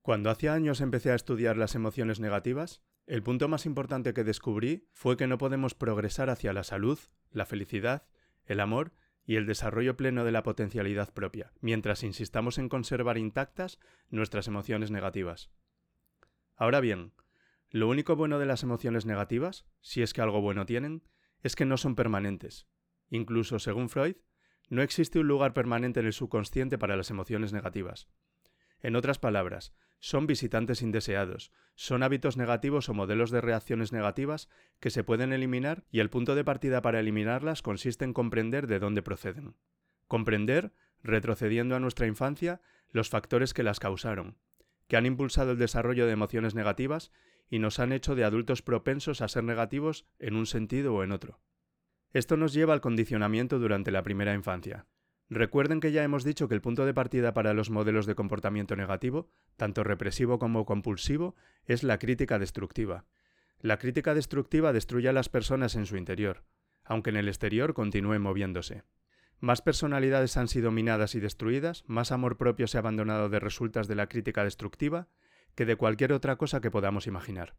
Cuando hace años empecé a estudiar las emociones negativas, el punto más importante que descubrí fue que no podemos progresar hacia la salud, la felicidad, el amor y el desarrollo pleno de la potencialidad propia, mientras insistamos en conservar intactas nuestras emociones negativas. Ahora bien, lo único bueno de las emociones negativas, si es que algo bueno tienen, es que no son permanentes. Incluso, según Freud, no existe un lugar permanente en el subconsciente para las emociones negativas. En otras palabras, son visitantes indeseados, son hábitos negativos o modelos de reacciones negativas que se pueden eliminar y el punto de partida para eliminarlas consiste en comprender de dónde proceden. Comprender, retrocediendo a nuestra infancia, los factores que las causaron, que han impulsado el desarrollo de emociones negativas y nos han hecho de adultos propensos a ser negativos en un sentido o en otro. Esto nos lleva al condicionamiento durante la primera infancia. Recuerden que ya hemos dicho que el punto de partida para los modelos de comportamiento negativo, tanto represivo como compulsivo, es la crítica destructiva. La crítica destructiva destruye a las personas en su interior, aunque en el exterior continúen moviéndose. Más personalidades han sido minadas y destruidas, más amor propio se ha abandonado de resultas de la crítica destructiva que de cualquier otra cosa que podamos imaginar.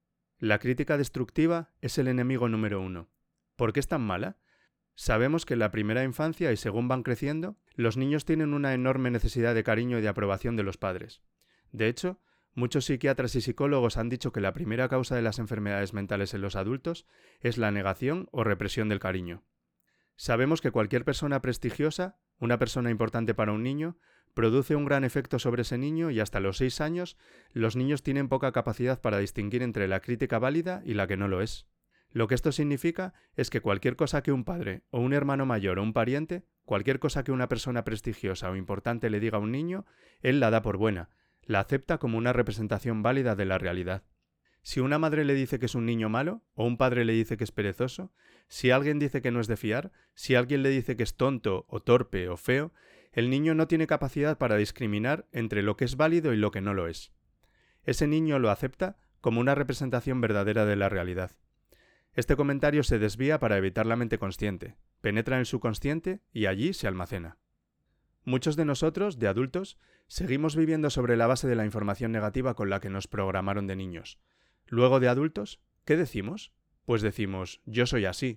La crítica destructiva es el enemigo número 1. ¿Por qué es tan mala? Sabemos que en la primera infancia y según van creciendo, los niños tienen una enorme necesidad de cariño y de aprobación de los padres. De hecho, muchos psiquiatras y psicólogos han dicho que la primera causa de las enfermedades mentales en los adultos es la negación o represión del cariño. Sabemos que cualquier persona prestigiosa, una persona importante para un niño, produce un gran efecto sobre ese niño y hasta los 6 años los niños tienen poca capacidad para distinguir entre la crítica válida y la que no lo es. Lo que esto significa es que cualquier cosa que un padre o un hermano mayor o un pariente, cualquier cosa que una persona prestigiosa o importante le diga a un niño, él la da por buena, la acepta como una representación válida de la realidad. Si una madre le dice que es un niño malo, o un padre le dice que es perezoso, si alguien dice que no es de fiar, si alguien le dice que es tonto o torpe o feo, el niño no tiene capacidad para discriminar entre lo que es válido y lo que no lo es. Ese niño lo acepta como una representación verdadera de la realidad. Este comentario se desvía para evitar la mente consciente, penetra en el subconsciente y allí se almacena. Muchos de nosotros, de adultos, seguimos viviendo sobre la base de la información negativa con la que nos programaron de niños. Luego de adultos, ¿qué decimos? Pues decimos, yo soy así,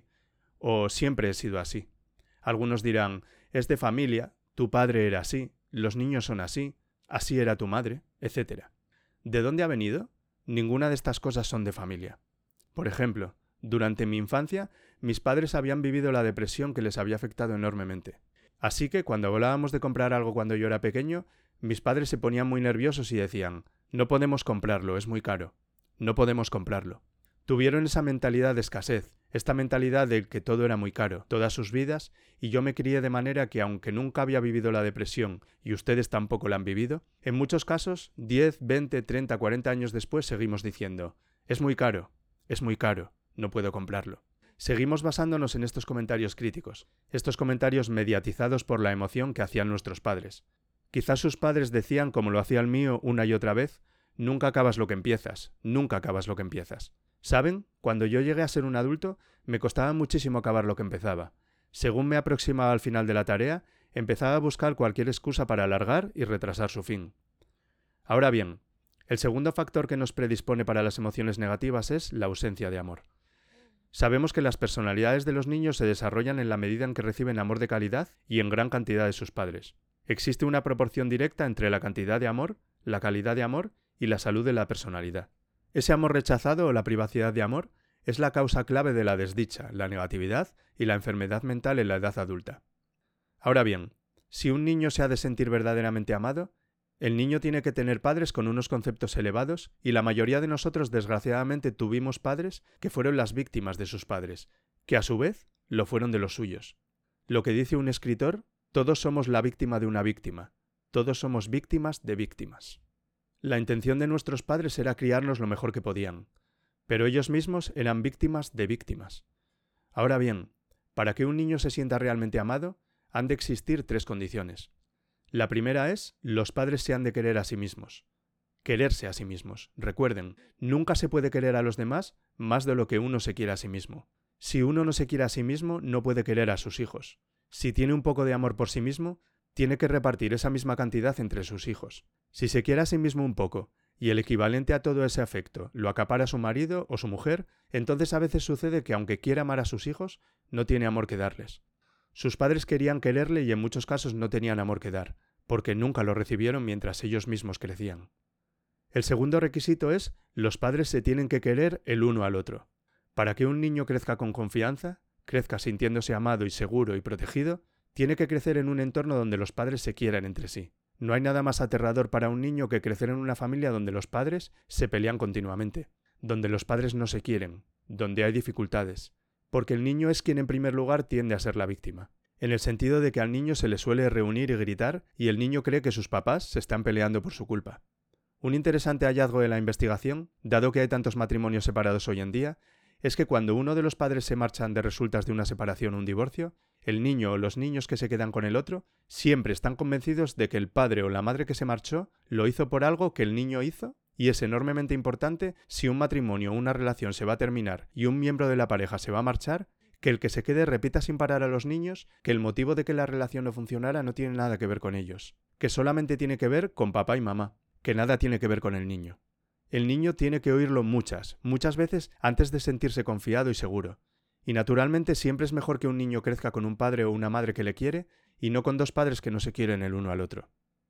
o siempre he sido así. Algunos dirán, es de familia, tu padre era así, los niños son así, así era tu madre, etc. ¿De dónde ha venido? Ninguna de estas cosas son de familia. Por ejemplo, durante mi infancia, mis padres habían vivido la depresión que les había afectado enormemente. Así que cuando hablábamos de comprar algo cuando yo era pequeño, mis padres se ponían muy nerviosos y decían, no podemos comprarlo, es muy caro. No podemos comprarlo. Tuvieron esa mentalidad de escasez, esta mentalidad de que todo era muy caro, todas sus vidas, y yo me crié de manera que aunque nunca había vivido la depresión y ustedes tampoco la han vivido, en muchos casos, 10, 20, 30, 40 años después seguimos diciendo, es muy caro, no puedo comprarlo. Seguimos basándonos en estos comentarios críticos, estos comentarios mediatizados por la emoción que hacían nuestros padres. Quizás sus padres decían, como lo hacía el mío una y otra vez, nunca acabas lo que empiezas, nunca acabas lo que empiezas. ¿Saben? Cuando yo llegué a ser un adulto, me costaba muchísimo acabar lo que empezaba. Según me aproximaba al final de la tarea, empezaba a buscar cualquier excusa para alargar y retrasar su fin. Ahora bien, el segundo factor que nos predispone para las emociones negativas es la ausencia de amor. Sabemos que las personalidades de los niños se desarrollan en la medida en que reciben amor de calidad y en gran cantidad de sus padres. Existe una proporción directa entre la cantidad de amor, la calidad de amor y la salud de la personalidad. Ese amor rechazado o la privacidad de amor es la causa clave de la desdicha, la negatividad y la enfermedad mental en la edad adulta. Ahora bien, si un niño se ha de sentir verdaderamente amado, el niño tiene que tener padres con unos conceptos elevados y la mayoría de nosotros desgraciadamente tuvimos padres que fueron las víctimas de sus padres, que a su vez lo fueron de los suyos. Lo que dice un escritor, todos somos la víctima de una víctima, todos somos víctimas de víctimas. La intención de nuestros padres era criarnos lo mejor que podían, pero ellos mismos eran víctimas de víctimas. Ahora bien, para que un niño se sienta realmente amado, han de existir 3 condiciones. La primera es, los padres se han de querer a sí mismos. Quererse a sí mismos. Recuerden, nunca se puede querer a los demás más de lo que uno se quiere a sí mismo. Si uno no se quiere a sí mismo, no puede querer a sus hijos. Si tiene un poco de amor por sí mismo, tiene que repartir esa misma cantidad entre sus hijos. Si se quiere a sí mismo un poco, y el equivalente a todo ese afecto lo acapara su marido o su mujer, entonces a veces sucede que aunque quiera amar a sus hijos, no tiene amor que darles. Sus padres querían quererle y en muchos casos no tenían amor que dar, porque nunca lo recibieron mientras ellos mismos crecían. El segundo requisito es: los padres se tienen que querer el uno al otro. Para que un niño crezca con confianza, crezca sintiéndose amado y seguro y protegido, tiene que crecer en un entorno donde los padres se quieran entre sí. No hay nada más aterrador para un niño que crecer en una familia donde los padres se pelean continuamente, donde los padres no se quieren, donde hay dificultades, porque el niño es quien en primer lugar tiende a ser la víctima, en el sentido de que al niño se le suele reunir y gritar y el niño cree que sus papás se están peleando por su culpa. Un interesante hallazgo de la investigación, dado que hay tantos matrimonios separados hoy en día, es que cuando uno de los padres se marchan de resultas de una separación o un divorcio, el niño o los niños que se quedan con el otro siempre están convencidos de que el padre o la madre que se marchó lo hizo por algo que el niño hizo, y es enormemente importante, si un matrimonio o una relación se va a terminar y un miembro de la pareja se va a marchar, que el que se quede repita sin parar a los niños que el motivo de que la relación no funcionara no tiene nada que ver con ellos, que solamente tiene que ver con papá y mamá, que nada tiene que ver con el niño. El niño tiene que oírlo muchas veces antes de sentirse confiado y seguro. Y naturalmente siempre es mejor que un niño crezca con un padre o una madre que le quiere y no con dos padres que no se quieren el uno al otro.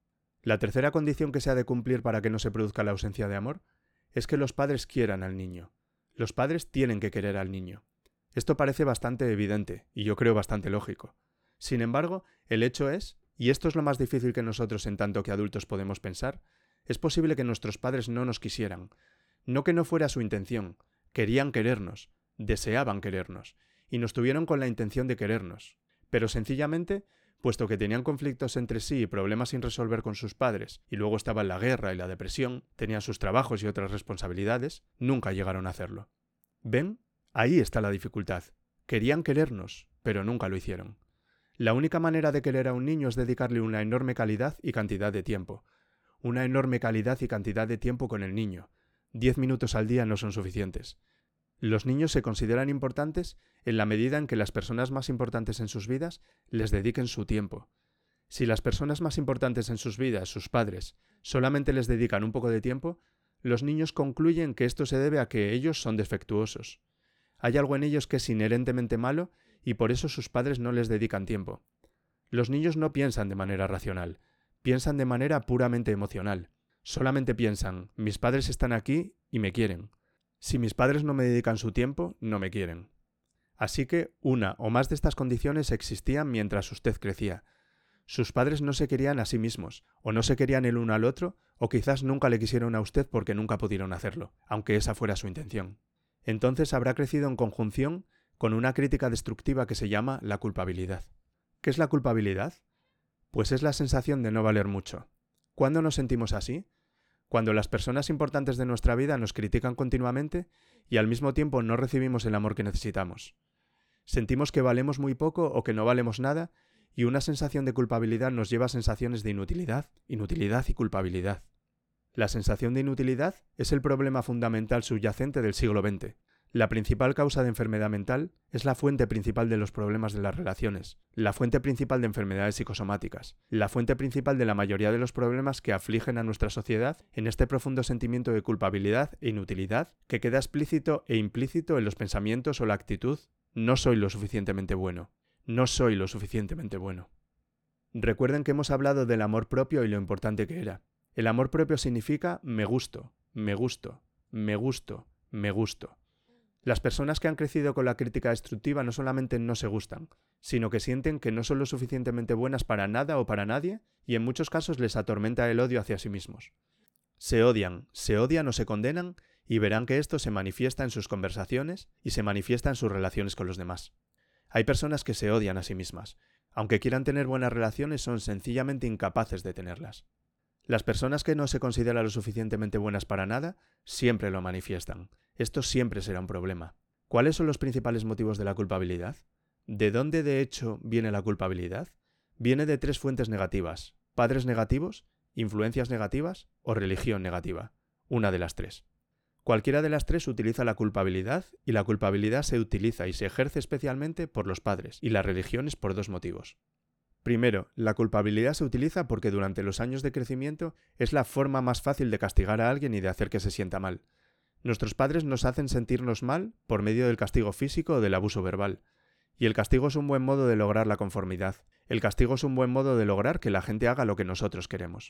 La tercera condición que se ha de cumplir para que no se produzca la ausencia de amor es que los padres quieran al niño. Los padres tienen que querer al niño. Esto parece bastante evidente y yo creo bastante lógico. Sin embargo, el hecho es, y esto es lo más difícil que nosotros en tanto que adultos podemos pensar, es posible que nuestros padres no nos quisieran. No que no fuera su intención, querían querernos, deseaban querernos, y nos tuvieron con la intención de querernos. Pero sencillamente, puesto que tenían conflictos entre sí y problemas sin resolver con sus padres, y luego estaban la guerra y la depresión, tenían sus trabajos y otras responsabilidades, nunca llegaron a hacerlo. ¿Ven? Ahí está la dificultad. Querían querernos, pero nunca lo hicieron. La única manera de querer a un niño es dedicarle una enorme calidad y cantidad de tiempo. Una enorme calidad y cantidad de tiempo con el niño. 10 minutos al día no son suficientes. Los niños se consideran importantes en la medida en que las personas más importantes en sus vidas les dediquen su tiempo. Si las personas más importantes en sus vidas, sus padres, solamente les dedican un poco de tiempo, los niños concluyen que esto se debe a que ellos son defectuosos. Hay algo en ellos que es inherentemente malo y por eso sus padres no les dedican tiempo. Los niños no piensan de manera racional, piensan de manera puramente emocional. Solamente piensan: mis padres están aquí y me quieren. Si mis padres no me dedican su tiempo, no me quieren. Así que una o más de estas condiciones existían mientras usted crecía. Sus padres no se querían a sí mismos, o no se querían el uno al otro, o quizás nunca le quisieron a usted porque nunca pudieron hacerlo, aunque esa fuera su intención. Entonces habrá crecido en conjunción con una crítica destructiva que se llama la culpabilidad. ¿Qué es la culpabilidad? Pues es la sensación de no valer mucho. ¿Cuándo nos sentimos así? Cuando las personas importantes de nuestra vida nos critican continuamente y al mismo tiempo no recibimos el amor que necesitamos. Sentimos que valemos muy poco o que no valemos nada y una sensación de culpabilidad nos lleva a sensaciones de inutilidad, inutilidad y culpabilidad. La sensación de inutilidad es el problema fundamental subyacente del siglo XX. La principal causa de enfermedad mental es la fuente principal de los problemas de las relaciones, la fuente principal de enfermedades psicosomáticas, la fuente principal de la mayoría de los problemas que afligen a nuestra sociedad en este profundo sentimiento de culpabilidad e inutilidad que queda explícito e implícito en los pensamientos o la actitud: no soy lo suficientemente bueno, no soy lo suficientemente bueno. Recuerden que hemos hablado del amor propio y lo importante que era. El amor propio significa me gusto, me gusto, me gusto, me gusto. Las personas que han crecido con la crítica destructiva no solamente no se gustan, sino que sienten que no son lo suficientemente buenas para nada o para nadie, y en muchos casos les atormenta el odio hacia sí mismos. Se odian o se condenan, y verán que esto se manifiesta en sus conversaciones y se manifiesta en sus relaciones con los demás. Hay personas que se odian a sí mismas. Aunque quieran tener buenas relaciones, son sencillamente incapaces de tenerlas. Las personas que no se consideran lo suficientemente buenas para nada, siempre lo manifiestan. Esto siempre será un problema. ¿Cuáles son los principales motivos de la culpabilidad? ¿De dónde, de hecho, viene la culpabilidad? Viene de 3 fuentes negativas: padres negativos, influencias negativas o religión negativa. Una de las 3. Cualquiera de las 3 utiliza la culpabilidad, y la culpabilidad se utiliza y se ejerce especialmente por los padres y las religiones por 2 motivos. Primero, la culpabilidad se utiliza porque durante los años de crecimiento es la forma más fácil de castigar a alguien y de hacer que se sienta mal. Nuestros padres nos hacen sentirnos mal por medio del castigo físico o del abuso verbal. Y el castigo es un buen modo de lograr la conformidad. El castigo es un buen modo de lograr que la gente haga lo que nosotros queremos.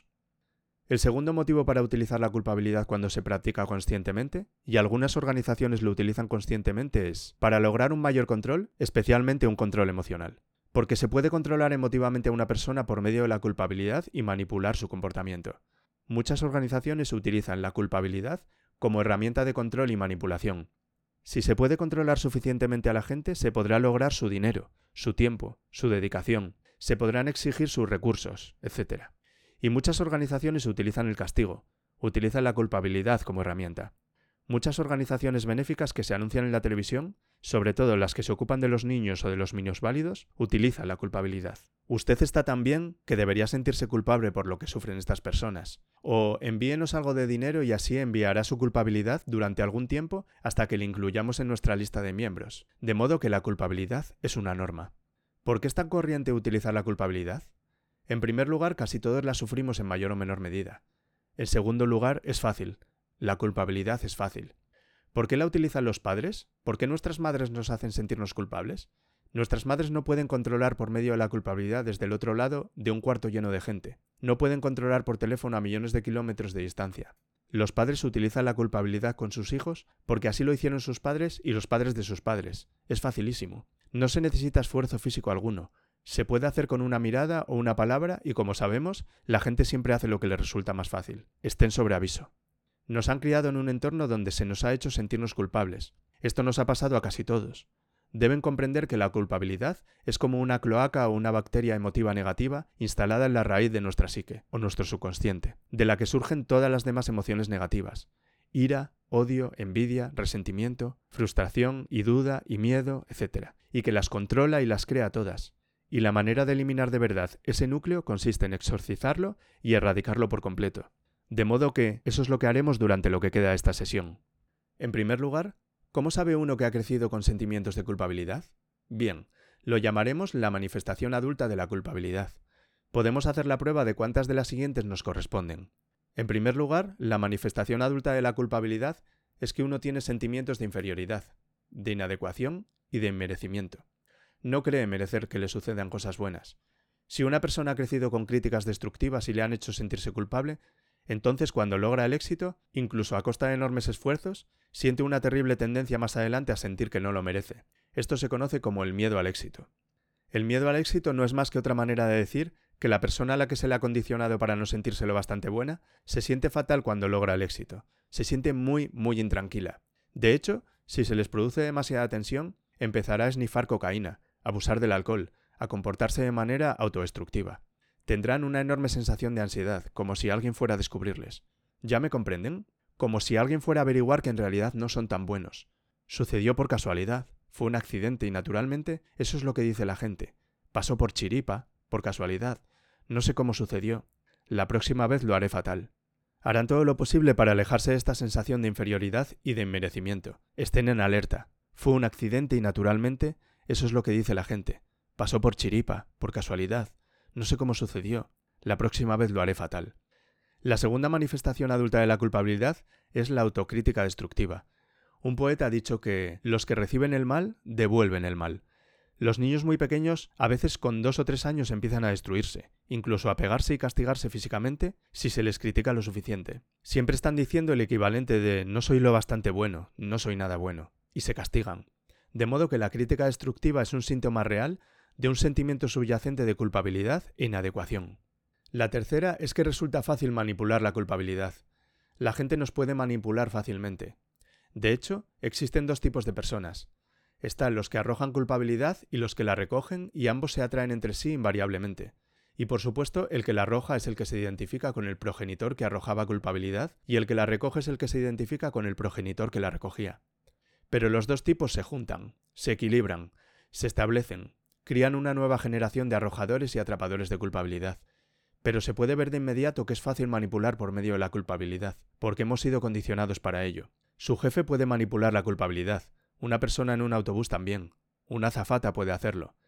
El segundo motivo para utilizar la culpabilidad cuando se practica conscientemente, y algunas organizaciones lo utilizan conscientemente, es para lograr un mayor control, especialmente un control emocional. Porque se puede controlar emotivamente a una persona por medio de la culpabilidad y manipular su comportamiento. Muchas organizaciones utilizan la culpabilidad como herramienta de control y manipulación. Si se puede controlar suficientemente a la gente, se podrá lograr su dinero, su tiempo, su dedicación, se podrán exigir sus recursos, etc. Y muchas organizaciones utilizan el castigo, utilizan la culpabilidad como herramienta. Muchas organizaciones benéficas que se anuncian en la televisión, sobre todo las que se ocupan de los niños o de los minusválidos, utilizan la culpabilidad. Usted está tan bien que debería sentirse culpable por lo que sufren estas personas. O envíenos algo de dinero y así enviará su culpabilidad durante algún tiempo hasta que le incluyamos en nuestra lista de miembros. De modo que la culpabilidad es una norma. ¿Por qué es tan corriente utilizar la culpabilidad? En primer lugar, casi todos la sufrimos en mayor o menor medida. En segundo lugar, es fácil. La culpabilidad es fácil. ¿Por qué la utilizan los padres? ¿Por qué nuestras madres nos hacen sentirnos culpables? Nuestras madres no pueden controlar por medio de la culpabilidad desde el otro lado de un cuarto lleno de gente. No pueden controlar por teléfono a millones de kilómetros de distancia. Los padres utilizan la culpabilidad con sus hijos porque así lo hicieron sus padres y los padres de sus padres. Es facilísimo. No se necesita esfuerzo físico alguno. Se puede hacer con una mirada o una palabra y, como sabemos, la gente siempre hace lo que le resulta más fácil. Estén sobre aviso. Nos han criado en un entorno donde se nos ha hecho sentirnos culpables. Esto nos ha pasado a casi todos. Deben comprender que la culpabilidad es como una cloaca o una bacteria emotiva negativa instalada en la raíz de nuestra psique, o nuestro subconsciente, de la que surgen todas las demás emociones negativas. Ira, odio, envidia, resentimiento, frustración y duda y miedo, etc. Y que las controla y las crea todas. Y la manera de eliminar de verdad ese núcleo consiste en exorcizarlo y erradicarlo por completo. De modo que eso es lo que haremos durante lo que queda de esta sesión. En primer lugar, ¿cómo sabe uno que ha crecido con sentimientos de culpabilidad? Bien, lo llamaremos la manifestación adulta de la culpabilidad. Podemos hacer la prueba de cuántas de las siguientes nos corresponden. En primer lugar, la manifestación adulta de la culpabilidad es que uno tiene sentimientos de inferioridad, de inadecuación y de inmerecimiento. No cree merecer que le sucedan cosas buenas. Si una persona ha crecido con críticas destructivas y le han hecho sentirse culpable, entonces cuando logra el éxito, incluso a costa de enormes esfuerzos, siente una terrible tendencia más adelante a sentir que no lo merece. Esto se conoce como el miedo al éxito. El miedo al éxito no es más que otra manera de decir que la persona a la que se le ha condicionado para no sentirse lo bastante buena se siente fatal cuando logra el éxito. Se siente muy intranquila. De hecho, si se les produce demasiada tensión, empezará a esnifar cocaína, a abusar del alcohol, a comportarse de manera autodestructiva. Tendrán una enorme sensación de ansiedad, como si alguien fuera a descubrirles. ¿Ya me comprenden? Como si alguien fuera a averiguar que en realidad no son tan buenos. Sucedió por casualidad, fue un accidente y naturalmente eso es lo que dice la gente. Pasó por chiripa, por casualidad. No sé cómo sucedió. La próxima vez lo haré fatal. Harán todo lo posible para alejarse de esta sensación de inferioridad y de inmerecimiento. Estén en alerta. Fue un accidente y naturalmente eso es lo que dice la gente. Pasó por chiripa, por casualidad. No sé cómo sucedió. La próxima vez lo haré fatal. La segunda manifestación adulta de la culpabilidad es la autocrítica destructiva. Un poeta ha dicho que los que reciben el mal devuelven el mal. Los niños muy pequeños a veces con 2 o 3 años empiezan a destruirse, incluso a pegarse y castigarse físicamente si se les critica lo suficiente. Siempre están diciendo el equivalente de no soy lo bastante bueno, no soy nada bueno, y se castigan. De modo que la crítica destructiva es un síntoma real de un sentimiento subyacente de culpabilidad e inadecuación. La tercera es que resulta fácil manipular la culpabilidad. La gente nos puede manipular fácilmente. De hecho, existen 2 tipos de personas. Están los que arrojan culpabilidad y los que la recogen y ambos se atraen entre sí invariablemente. Y por supuesto, el que la arroja es el que se identifica con el progenitor que arrojaba culpabilidad y el que la recoge es el que se identifica con el progenitor que la recogía. Pero los 2 tipos se juntan, se equilibran, se establecen, crían una nueva generación de arrojadores y atrapadores de culpabilidad. Pero se puede ver de inmediato que es fácil manipular por medio de la culpabilidad, porque hemos sido condicionados para ello. Su jefe puede manipular la culpabilidad, una persona en un autobús también, una azafata puede hacerlo.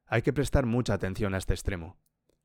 Hay que prestar mucha atención a este extremo.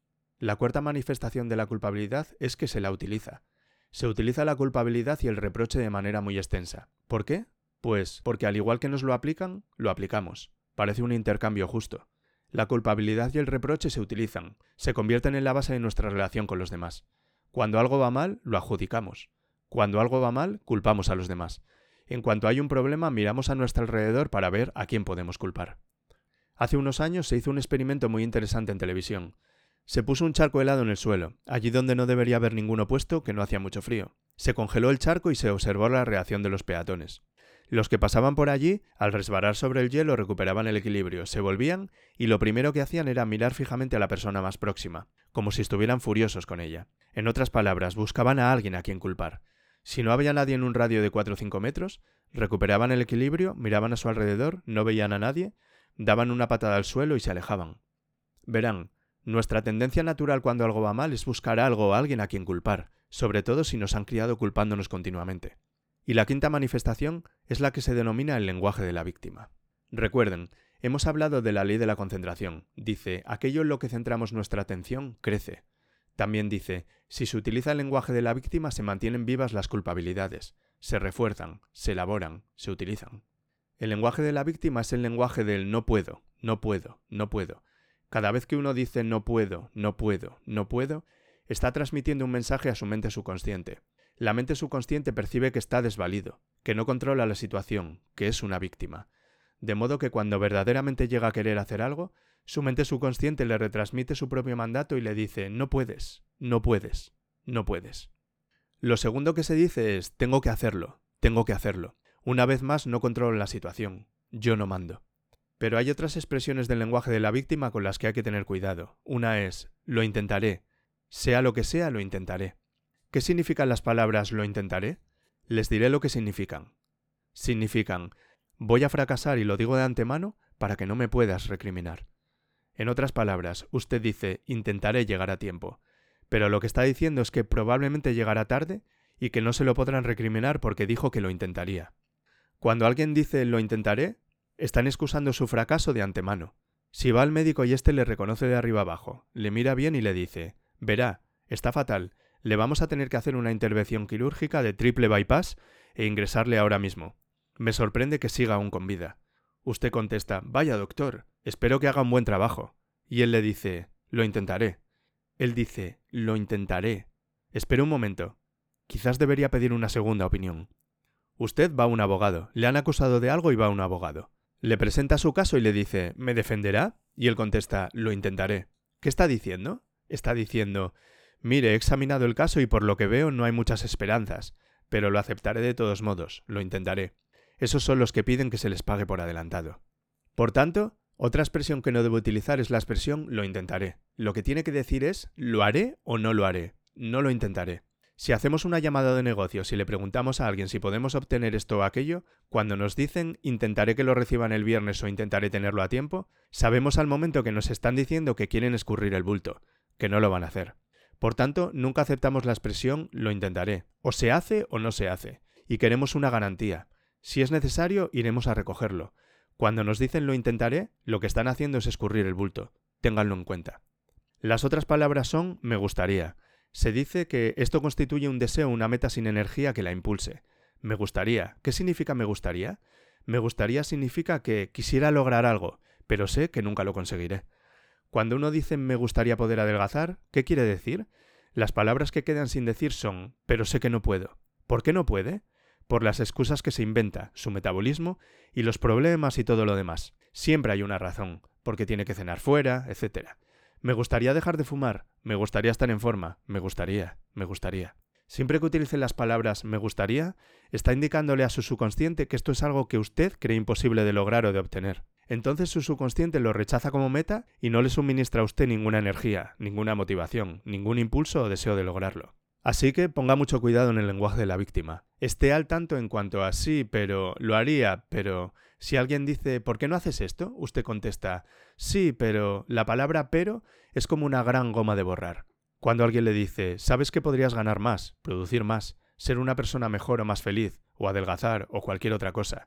La cuarta manifestación de la culpabilidad es que se la utiliza. Se utiliza la culpabilidad y el reproche de manera muy extensa. ¿Por qué? Pues porque al igual que nos lo aplican, lo aplicamos. Parece un intercambio justo. La culpabilidad y el reproche se utilizan, se convierten en la base de nuestra relación con los demás. Cuando algo va mal, lo adjudicamos. Cuando algo va mal, culpamos a los demás. En cuanto hay un problema, miramos a nuestro alrededor para ver a quién podemos culpar. Hace unos años se hizo un experimento muy interesante en televisión. Se puso un charco helado en el suelo, allí donde no debería haber ninguno puesto, que no hacía mucho frío. Se congeló el charco y se observó la reacción de los peatones. Los que pasaban por allí, al resbalar sobre el hielo, recuperaban el equilibrio, se volvían y lo primero que hacían era mirar fijamente a la persona más próxima, como si estuvieran furiosos con ella. En otras palabras, buscaban a alguien a quien culpar. Si no había nadie en un radio de 4 o 5 metros, recuperaban el equilibrio, miraban a su alrededor, no veían a nadie, daban una patada al suelo y se alejaban. Verán, nuestra tendencia natural cuando algo va mal es buscar algo o a alguien a quien culpar, sobre todo si nos han criado culpándonos continuamente. Y la quinta manifestación es la que se denomina el lenguaje de la víctima. Recuerden, hemos hablado de la ley de la concentración. Dice, aquello en lo que centramos nuestra atención crece. También dice, si se utiliza el lenguaje de la víctima se mantienen vivas las culpabilidades, se refuerzan, se elaboran, se utilizan. El lenguaje de la víctima es el lenguaje del no puedo, no puedo, no puedo. Cada vez que uno dice no puedo, no puedo, no puedo, está transmitiendo un mensaje a su mente subconsciente. La mente subconsciente percibe que está desvalido, que no controla la situación, que es una víctima. De modo que cuando verdaderamente llega a querer hacer algo, su mente subconsciente le retransmite su propio mandato y le dice no puedes, no puedes, no puedes. Lo segundo que se dice es tengo que hacerlo, tengo que hacerlo. Una vez más no controlo la situación, yo no mando. Pero hay otras expresiones del lenguaje de la víctima con las que hay que tener cuidado. Una es lo intentaré, sea lo que sea, lo intentaré. ¿Qué significan las palabras lo intentaré? Les diré lo que significan. Significan voy a fracasar y lo digo de antemano para que no me puedas recriminar. En otras palabras, usted dice intentaré llegar a tiempo, pero lo que está diciendo es que probablemente llegará tarde y que no se lo podrán recriminar porque dijo que lo intentaría. Cuando alguien dice lo intentaré, están excusando su fracaso de antemano. Si va al médico y éste le reconoce de arriba abajo, le mira bien y le dice verá, está fatal, le vamos a tener que hacer una intervención quirúrgica de triple bypass e ingresarle ahora mismo. Me sorprende que siga aún con vida. Usted contesta, vaya doctor, espero que haga un buen trabajo. Y él le dice, lo intentaré. Él dice, lo intentaré. Espere un momento. Quizás debería pedir una segunda opinión. Usted va a un abogado, le han acusado de algo y va a un abogado. Le presenta su caso y le dice, ¿me defenderá? Y él contesta, lo intentaré. ¿Qué está diciendo? Está diciendo, mire, he examinado el caso y por lo que veo no hay muchas esperanzas, pero lo aceptaré de todos modos, lo intentaré. Esos son los que piden que se les pague por adelantado. Por tanto, otra expresión que no debo utilizar es la expresión lo intentaré. Lo que tiene que decir es lo haré o no lo haré, no lo intentaré. Si hacemos una llamada de negocios y le preguntamos a alguien si podemos obtener esto o aquello, cuando nos dicen intentaré que lo reciban el viernes o intentaré tenerlo a tiempo, sabemos al momento que nos están diciendo que quieren escurrir el bulto, que no lo van a hacer. Por tanto, nunca aceptamos la expresión lo intentaré. O se hace o no se hace. Y queremos una garantía. Si es necesario, iremos a recogerlo. Cuando nos dicen lo intentaré, lo que están haciendo es escurrir el bulto. Ténganlo en cuenta. Las otras palabras son me gustaría. Se dice que esto constituye un deseo, una meta sin energía que la impulse. Me gustaría. ¿Qué significa me gustaría? Me gustaría significa que quisiera lograr algo, pero sé que nunca lo conseguiré. Cuando uno dice me gustaría poder adelgazar, ¿qué quiere decir? Las palabras que quedan sin decir son pero sé que no puedo. ¿Por qué no puede? Por las excusas que se inventa, su metabolismo y los problemas y todo lo demás. Siempre hay una razón, porque tiene que cenar fuera, etc. Me gustaría dejar de fumar, me gustaría estar en forma, me gustaría. Siempre que utilice las palabras me gustaría, está indicándole a su subconsciente que esto es algo que usted cree imposible de lograr o de obtener. Entonces su subconsciente lo rechaza como meta y no le suministra a usted ninguna energía, ninguna motivación, ningún impulso o deseo de lograrlo. Así que ponga mucho cuidado en el lenguaje de la víctima. Esté al tanto en cuanto a sí, pero lo haría, pero... Si alguien dice ¿por qué no haces esto? Usted contesta sí, pero... La palabra pero es como una gran goma de borrar. Cuando alguien le dice ¿sabes que podrías ganar más, producir más, ser una persona mejor o más feliz, o adelgazar, o cualquier otra cosa?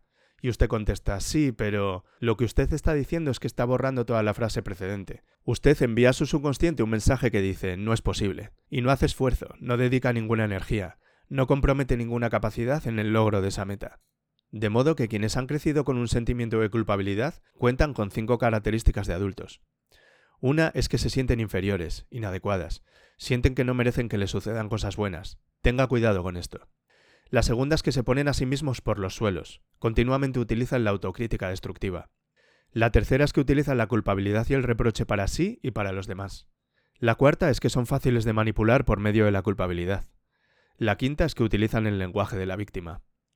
Y usted contesta, sí, pero lo que usted está diciendo es que está borrando toda la frase precedente. Usted envía a su subconsciente un mensaje que dice, no es posible. Y no hace esfuerzo, no dedica ninguna energía, no compromete ninguna capacidad en el logro de esa meta. De modo que quienes han crecido con un sentimiento de culpabilidad cuentan con 5 características de adultos. Una es que se sienten inferiores, inadecuadas, sienten que no merecen que les sucedan cosas buenas. Tenga cuidado con esto. La segunda es que se ponen a sí mismos por los suelos, continuamente utilizan la autocrítica destructiva. La tercera es que utilizan la culpabilidad y el reproche para sí y para los demás. La cuarta es que son fáciles de manipular por medio de la culpabilidad. La quinta es que utilizan el lenguaje de la víctima.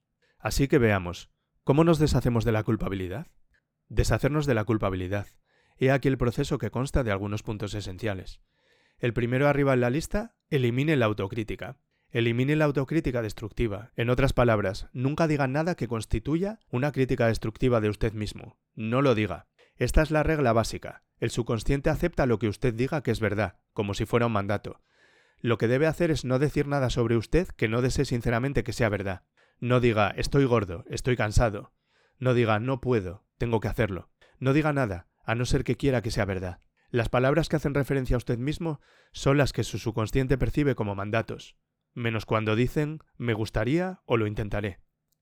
Así que veamos, ¿cómo nos deshacemos de la culpabilidad? Deshacernos de la culpabilidad. He aquí el proceso que consta de algunos puntos esenciales. El primero arriba en la lista, elimine la autocrítica. Elimine la autocrítica destructiva. En otras palabras, nunca diga nada que constituya una crítica destructiva de usted mismo. No lo diga. Esta es la regla básica. El subconsciente acepta lo que usted diga que es verdad, como si fuera un mandato. Lo que debe hacer es no decir nada sobre usted que no desee sinceramente que sea verdad. No diga, estoy gordo, estoy cansado. No diga, no puedo, tengo que hacerlo. No diga nada, a no ser que quiera que sea verdad. Las palabras que hacen referencia a usted mismo son las que su subconsciente percibe como mandatos, menos cuando dicen me gustaría o lo intentaré.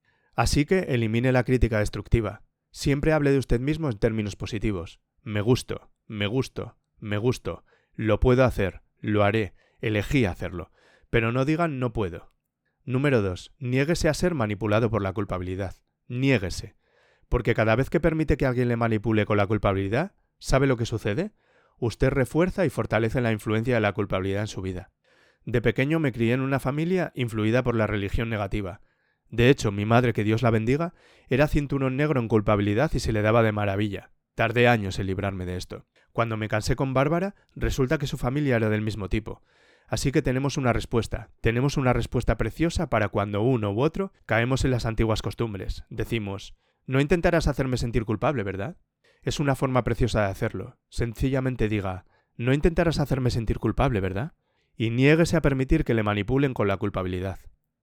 Así que elimine la crítica destructiva. Siempre hable de usted mismo en términos positivos. Me gusto, me gusto, me gusto, lo puedo hacer, lo haré, elegí hacerlo. Pero no digan no puedo. Número 2. Niéguese a ser manipulado por la culpabilidad. Niéguese. Porque cada vez que permite que alguien le manipule con la culpabilidad, ¿sabe lo que sucede? Usted refuerza y fortalece la influencia de la culpabilidad en su vida. De pequeño me crié en una familia influida por la religión negativa. De hecho, mi madre, que Dios la bendiga, era cinturón negro en culpabilidad y se le daba de maravilla. Tardé años en librarme de esto. Cuando me casé con Bárbara, resulta que su familia era del mismo tipo. Así que tenemos una respuesta preciosa para cuando uno u otro caemos en las antiguas costumbres. Decimos, no intentarás hacerme sentir culpable, ¿verdad? Es una forma preciosa de hacerlo. Sencillamente diga, no intentarás hacerme sentir culpable, ¿verdad? Y niéguese a permitir que le manipulen con la culpabilidad.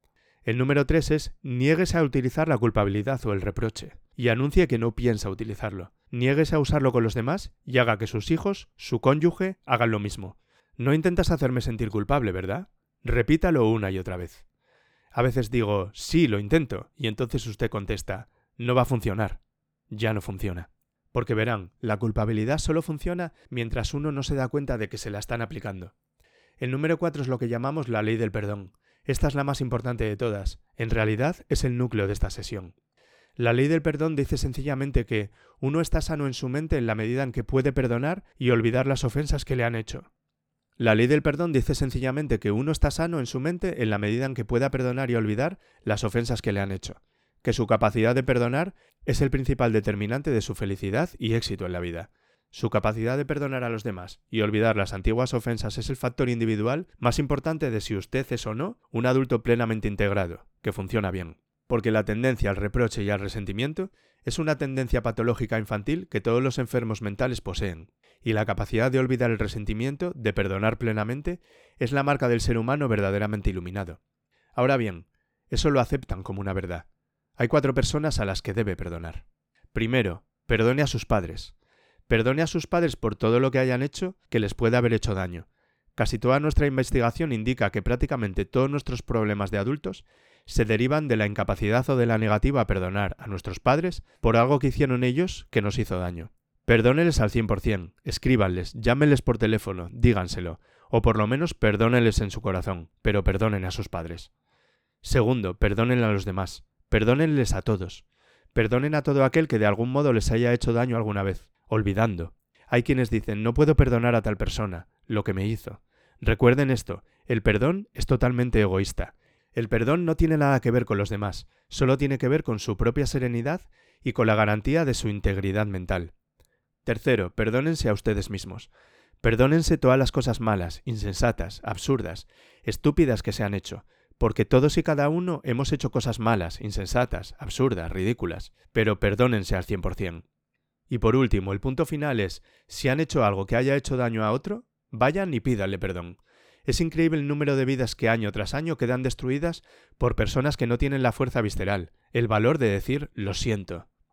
El número 3 es, niéguese a utilizar la culpabilidad o el reproche, y anuncie que no piensa utilizarlo. Niéguese a usarlo con los demás y haga que sus hijos, su cónyuge, hagan lo mismo. No intentas hacerme sentir culpable, ¿verdad? Repítalo una y otra vez. A veces digo, sí, lo intento, y entonces usted contesta, no va a funcionar. Ya no funciona. Porque verán, la culpabilidad solo funciona mientras uno no se da cuenta de que se la están aplicando. El número 4 es lo que llamamos la ley del perdón. Esta es la más importante de todas. En realidad es el núcleo de esta sesión. La ley del perdón dice sencillamente que uno está sano en su mente en la medida en que puede perdonar y olvidar las ofensas que le han hecho. La ley del perdón dice sencillamente que uno está sano en su mente en la medida en que pueda perdonar y olvidar las ofensas que le han hecho. Que su capacidad de perdonar es el principal determinante de su felicidad y éxito en la vida. Su capacidad de perdonar a los demás y olvidar las antiguas ofensas es el factor individual más importante de si usted es o no un adulto plenamente integrado, que funciona bien. Porque la tendencia al reproche y al resentimiento es una tendencia patológica infantil que todos los enfermos mentales poseen. Y la capacidad de olvidar el resentimiento, de perdonar plenamente, es la marca del ser humano verdaderamente iluminado. Ahora bien, eso lo aceptan como una verdad. Hay 4 personas a las que debe perdonar. Primero, perdone a sus padres. Perdone a sus padres por todo lo que hayan hecho que les pueda haber hecho daño. Casi toda nuestra investigación indica que prácticamente todos nuestros problemas de adultos se derivan de la incapacidad o de la negativa a perdonar a nuestros padres por algo que hicieron ellos que nos hizo daño. Perdóneles al 100%, escríbanles, llámenles por teléfono, díganselo, o por lo menos perdónenles en su corazón, pero perdonen a sus padres. Segundo, perdonen a los demás, perdónenles a todos. Perdonen a todo aquel que de algún modo les haya hecho daño alguna vez, olvidando. Hay quienes dicen, no puedo perdonar a tal persona, lo que me hizo. Recuerden esto, el perdón es totalmente egoísta. El perdón no tiene nada que ver con los demás, solo tiene que ver con su propia serenidad y con la garantía de su integridad mental. Tercero, perdónense a ustedes mismos. Perdónense todas las cosas malas, insensatas, absurdas, estúpidas que se han hecho, porque todos y cada uno hemos hecho cosas malas, insensatas, absurdas, ridículas, pero perdónense al 100%. Y por último, el punto final es, si han hecho algo que haya hecho daño a otro, vayan y pídanle perdón. Es increíble el número de vidas que año tras año quedan destruidas por personas que no tienen la fuerza visceral, el valor de decir lo siento.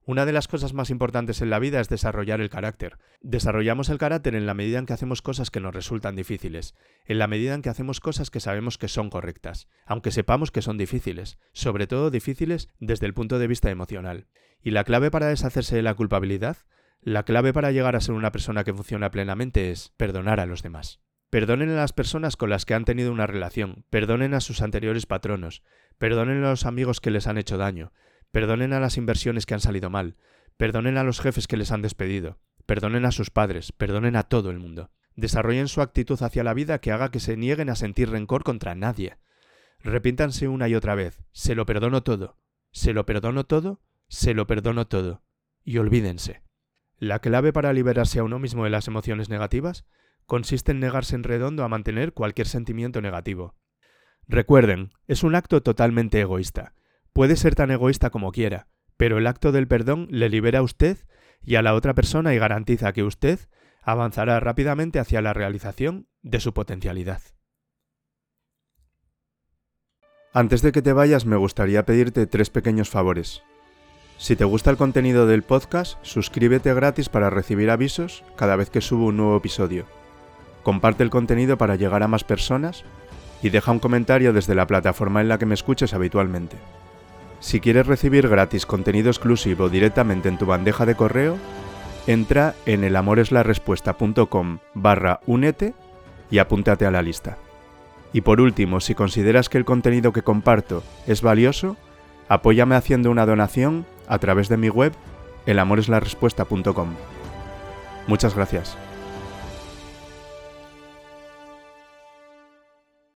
Una de las cosas más importantes en la vida es desarrollar el carácter. Desarrollamos el carácter en la medida en que hacemos cosas que nos resultan difíciles, en la medida en que hacemos cosas que sabemos que son correctas, aunque sepamos que son difíciles, sobre todo difíciles desde el punto de vista emocional. Y la clave para deshacerse de la culpabilidad, la clave para llegar a ser una persona que funciona plenamente es perdonar a los demás. Perdonen a las personas con las que han tenido una relación, perdonen a sus anteriores patronos, perdonen a los amigos que les han hecho daño, perdonen a las inversiones que han salido mal, perdonen a los jefes que les han despedido, perdonen a sus padres, perdonen a todo el mundo. Desarrollen su actitud hacia la vida que haga que se nieguen a sentir rencor contra nadie. Repíntanse una y otra vez, se lo perdono todo, se lo perdono todo, se lo perdono todo. Y olvídense. La clave para liberarse a uno mismo de las emociones negativas consiste en negarse en redondo a mantener cualquier sentimiento negativo. Recuerden, es un acto totalmente egoísta. Puede ser tan egoísta como quiera, pero el acto del perdón le libera a usted y a la otra persona y garantiza que usted avanzará rápidamente hacia la realización de su potencialidad. Antes de que te vayas, me gustaría pedirte 3 pequeños favores. Si te gusta el contenido del podcast, suscríbete gratis para recibir avisos cada vez que subo un nuevo episodio. Comparte el contenido para llegar a más personas y deja un comentario desde la plataforma en la que me escuches habitualmente. Si quieres recibir gratis contenido exclusivo directamente en tu bandeja de correo, entra en elamoreslarespuesta.com/únete y apúntate a la lista. Y por último, si consideras que el contenido que comparto es valioso, apóyame haciendo una donación a través de mi web elamoreslarespuesta.com. Muchas gracias.